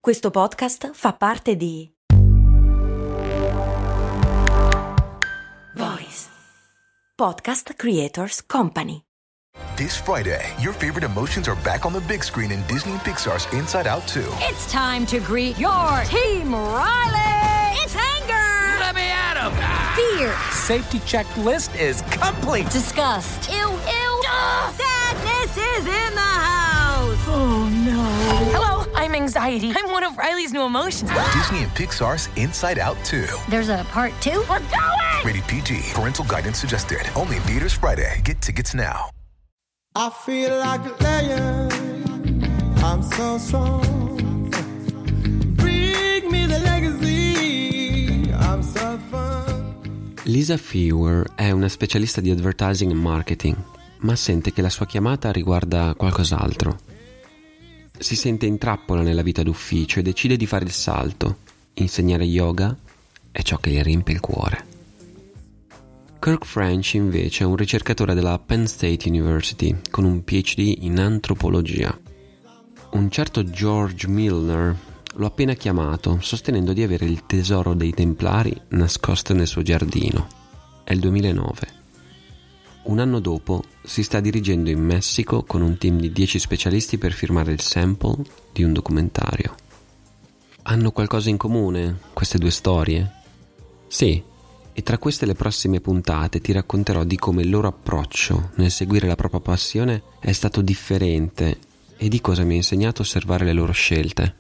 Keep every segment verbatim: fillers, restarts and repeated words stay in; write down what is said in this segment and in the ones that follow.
Questo podcast fa parte di Voice Podcast Creators Company. This Friday, your favorite emotions are back on the big screen in Disney and Pixar's Inside Out two. It's time to greet your Team Riley! It's anger! Let me at him! Fear! Safety checklist is complete! Disgust! Ew, ew! Ugh. Sadness is in the house! Oh, no. Hello, I'm anxiety. I'm one of Riley's new emotions. Disney and Pixar's Inside Out two. There's a part two? We're going! Rated P G. Parental guidance suggested. Only in theaters Friday. Get tickets now. I feel like a lion. I'm so strong. Bring me the legacy. I'm so fun. Lisa Fewer è una specialista di advertising e marketing, ma sente che la sua chiamata riguarda qualcos'altro. Si sente in trappola nella vita d'ufficio e decide di fare il salto. Insegnare yoga è ciò che gli riempie il cuore. Kirk French invece è un ricercatore della Penn State University con un P H D in antropologia. Un certo George Milner lo ha appena chiamato, sostenendo di avere il tesoro dei Templari nascosto nel suo giardino. È il duemilanove. Un anno dopo si sta dirigendo in Messico con un team di dieci specialisti per firmare il sample di un documentario. Hanno qualcosa in comune queste due storie? Sì. E tra queste le prossime puntate ti racconterò di come il loro approccio nel seguire la propria passione è stato differente e di cosa mi ha insegnato a osservare le loro scelte.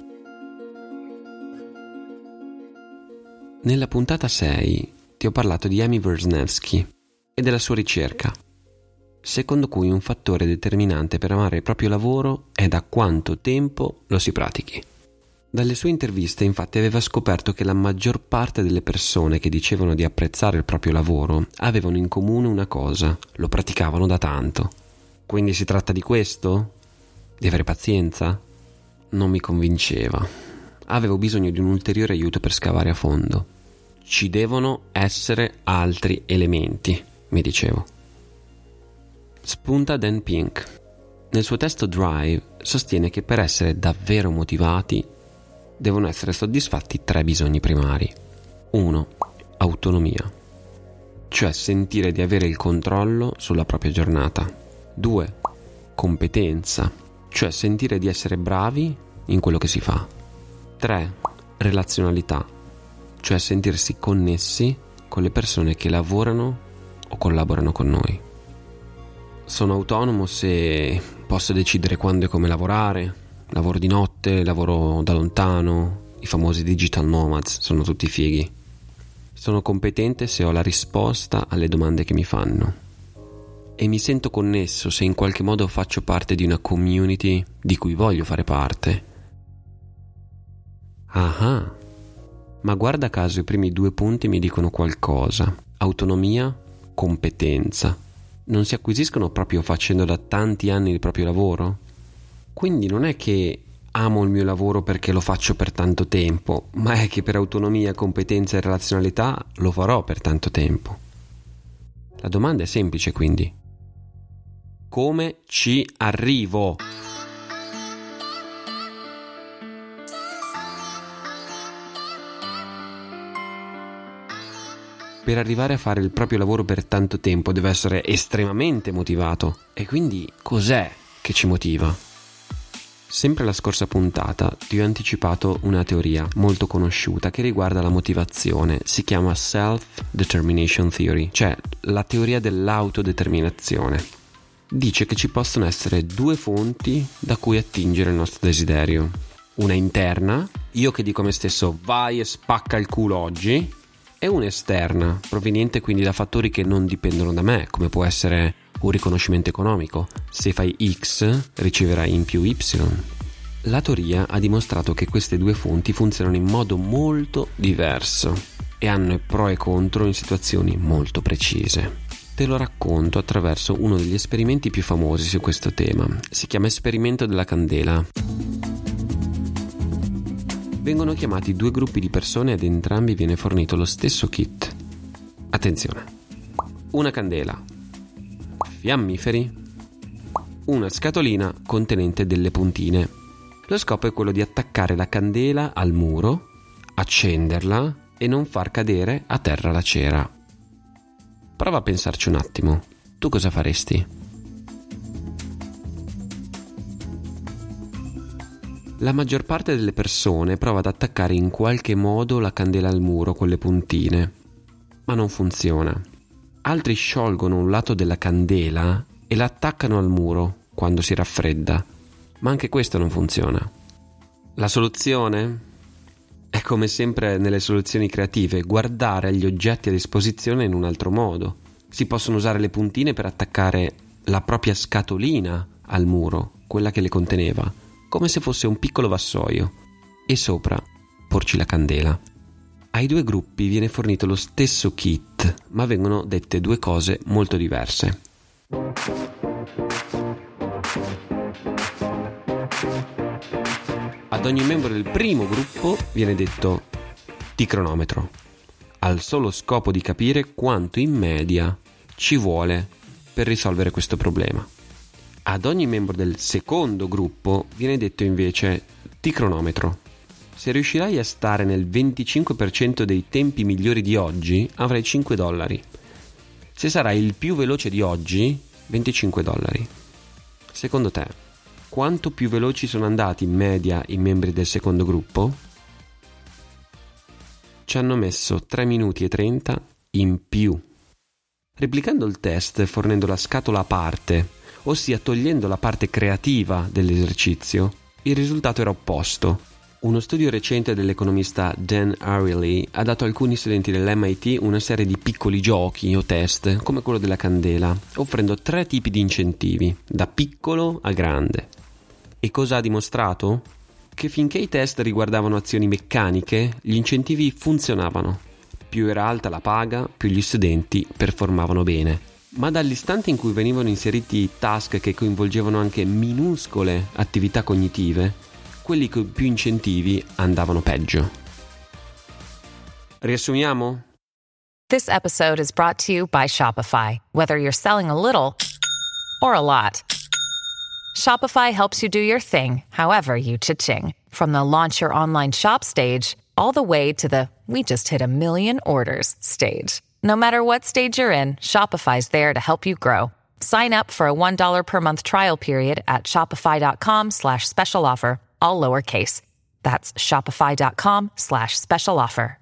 Nella puntata sei ti ho parlato di Amy Wrzesniewski e della sua ricerca, secondo cui un fattore determinante per amare il proprio lavoro è da quanto tempo lo si pratichi. Dalle sue interviste infatti aveva scoperto che la maggior parte delle persone che dicevano di apprezzare il proprio lavoro avevano in comune una cosa: lo praticavano da tanto. Quindi si tratta di questo? Di avere pazienza? Non mi convinceva. Avevo bisogno di un ulteriore aiuto per scavare a fondo. Ci devono essere altri elementi, mi dicevo. Spunta Dan Pink. Nel suo testo Drive sostiene che per essere davvero motivati devono essere soddisfatti tre bisogni primari. uno. Autonomia, cioè sentire di avere il controllo sulla propria giornata. due. Competenza, cioè sentire di essere bravi in quello che si fa. tre. Relazionalità, cioè sentirsi connessi con le persone che lavorano o collaborano con noi. Sono autonomo se posso decidere quando e come lavorare. Lavoro di notte, lavoro da lontano, i famosi digital nomads sono tutti fighi. Sono competente se ho la risposta alle domande che mi fanno. E mi sento connesso se in qualche modo faccio parte di una community di cui voglio fare parte. Ah, ma guarda caso i primi due punti mi dicono qualcosa. Autonomia, competenza. Non si acquisiscono proprio facendo da tanti anni il proprio lavoro? Quindi non è che amo il mio lavoro perché lo faccio per tanto tempo, ma è che per autonomia, competenza e relazionalità lo farò per tanto tempo. La domanda è semplice, quindi. Come ci arrivo? Per arrivare a fare il proprio lavoro per tanto tempo deve essere estremamente motivato. E quindi cos'è che ci motiva? Sempre la scorsa puntata ti ho anticipato una teoria molto conosciuta che riguarda la motivazione. Si chiama Self-Determination Theory, cioè la teoria dell'autodeterminazione. Dice che ci possono essere due fonti da cui attingere il nostro desiderio. Una interna, io che dico a me stesso vai e spacca il culo oggi, e una esterna, proveniente quindi da fattori che non dipendono da me, come può essere un riconoscimento economico. Se fai X riceverai in più Y. La teoria ha dimostrato che queste due fonti funzionano in modo molto diverso e hanno pro e contro in situazioni molto precise. Te lo racconto attraverso uno degli esperimenti più famosi su questo tema. Si chiama esperimento della candela. Vengono chiamati due gruppi di persone ed entrambi viene fornito lo stesso kit. Attenzione. Una candela, fiammiferi, una scatolina contenente delle puntine. Lo scopo è quello di attaccare la candela al muro, accenderla e non far cadere a terra la cera. Prova a pensarci un attimo. Tu cosa faresti? La maggior parte delle persone prova ad attaccare in qualche modo la candela al muro con le puntine, ma non funziona. Altri sciolgono un lato della candela e la attaccano al muro quando si raffredda, ma anche questo non funziona. La soluzione? È come sempre nelle soluzioni creative, guardare agli oggetti a disposizione in un altro modo. Si possono usare le puntine per attaccare la propria scatolina al muro, quella che le conteneva, come se fosse un piccolo vassoio, e sopra porci la candela. Ai due gruppi viene fornito lo stesso kit, ma vengono dette due cose molto diverse. Ad ogni membro del primo gruppo viene detto ticronometro, al solo scopo di capire quanto in media ci vuole per risolvere questo problema. Ad ogni membro del secondo gruppo viene detto invece ticronometro. Se riuscirai a stare nel venticinque per cento dei tempi migliori di oggi, avrai cinque dollari. Se sarai il più veloce di oggi, venticinque dollari. Secondo te, quanto più veloci sono andati in media i membri del secondo gruppo? Ci hanno messo tre minuti e trenta in più. Replicando il test e fornendo la scatola a parte, ossia togliendo la parte creativa dell'esercizio, il risultato era opposto. Uno studio recente dell'economista Dan Ariely ha dato a alcuni studenti dell'M I T una serie di piccoli giochi o test, come quello della candela, offrendo tre tipi di incentivi, da piccolo a grande. E cosa ha dimostrato? Che finché i test riguardavano azioni meccaniche, gli incentivi funzionavano. Più era alta la paga, più gli studenti performavano bene. Ma dall'istante in cui venivano inseriti task che coinvolgevano anche minuscole attività cognitive, quelli con più incentivi andavano peggio. Riassumiamo? This episode is brought to you by Shopify. Whether you're selling a little or a lot, Shopify helps you do your thing, however you cha-ching. From the launch your online shop stage, all the way to the we just hit a million orders stage. No matter what stage you're in, Shopify's there to help you grow. Sign up for a one dollar per month trial period at shopify.com slash special offer, all lowercase. That's shopify.com slash special offer.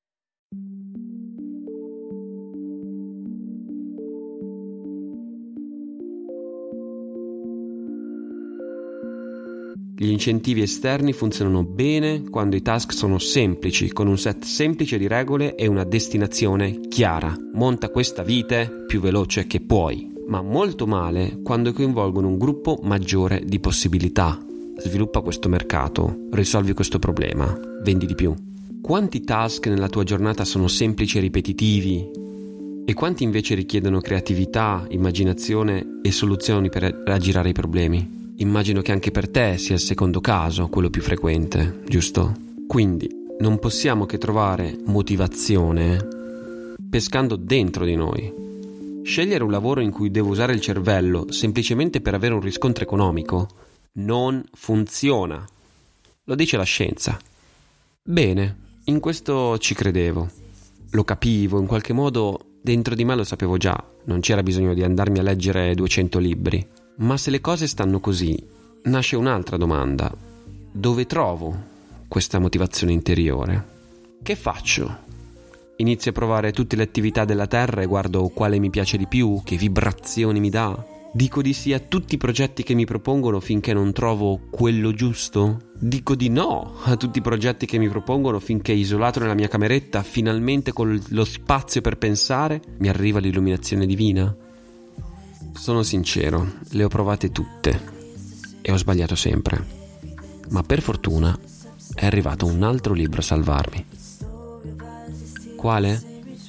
Gli incentivi esterni funzionano bene quando i task sono semplici, con un set semplice di regole e una destinazione chiara. Monta questa vite più veloce che puoi. Ma molto male quando coinvolgono un gruppo maggiore di possibilità. Sviluppa questo mercato, risolvi questo problema, vendi di più. Quanti task nella tua giornata sono semplici e ripetitivi? E quanti invece richiedono creatività, immaginazione e soluzioni per raggirare i problemi? Immagino che anche per te sia il secondo caso, quello più frequente, giusto? Quindi non possiamo che trovare motivazione pescando dentro di noi. Scegliere un lavoro in cui devo usare il cervello semplicemente per avere un riscontro economico non funziona. Lo dice la scienza. Bene, in questo ci credevo. Lo capivo, in qualche modo dentro di me lo sapevo già. Non c'era bisogno di andarmi a leggere duecento libri. Ma se le cose stanno così, nasce un'altra domanda. Dove trovo questa motivazione interiore? Che faccio? Inizio a provare tutte le attività della Terra e guardo quale mi piace di più, che vibrazioni mi dà? Dico di sì a tutti i progetti che mi propongono finché non trovo quello giusto? Dico di no a tutti i progetti che mi propongono finché, isolato nella mia cameretta, finalmente con lo spazio per pensare, mi arriva l'illuminazione divina? Sono sincero, le ho provate tutte e ho sbagliato sempre. Ma per fortuna è arrivato un altro libro a salvarmi. Quale?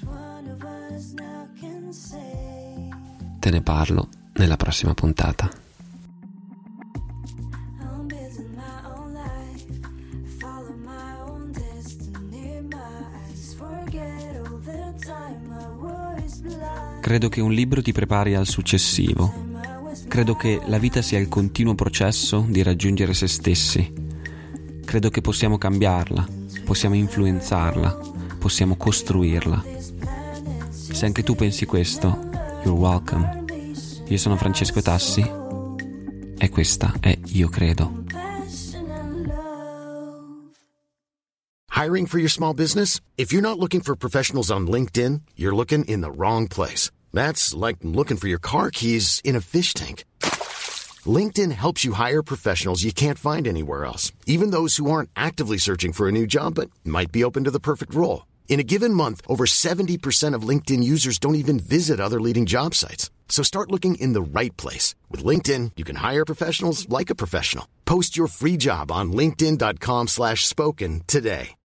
Te ne parlo nella prossima puntata. Credo che un libro ti prepari al successivo. Credo che la vita sia il continuo processo di raggiungere se stessi, Credo che possiamo cambiarla, possiamo influenzarla, possiamo costruirla. Se anche tu pensi questo, you're welcome. Io sono Francesco Tassi e questa è Io Credo. Hiring for your small business? If you're not looking for professionals on LinkedIn, you're looking in the wrong place. That's like looking for your car keys in a fish tank. LinkedIn helps you hire professionals you can't find anywhere else, even those who aren't actively searching for a new job but might be open to the perfect role. In a given month, over seventy percent of LinkedIn users don't even visit other leading job sites. So start looking in the right place. With LinkedIn, you can hire professionals like a professional. Post your free job on linkedin dot com slash spoken today.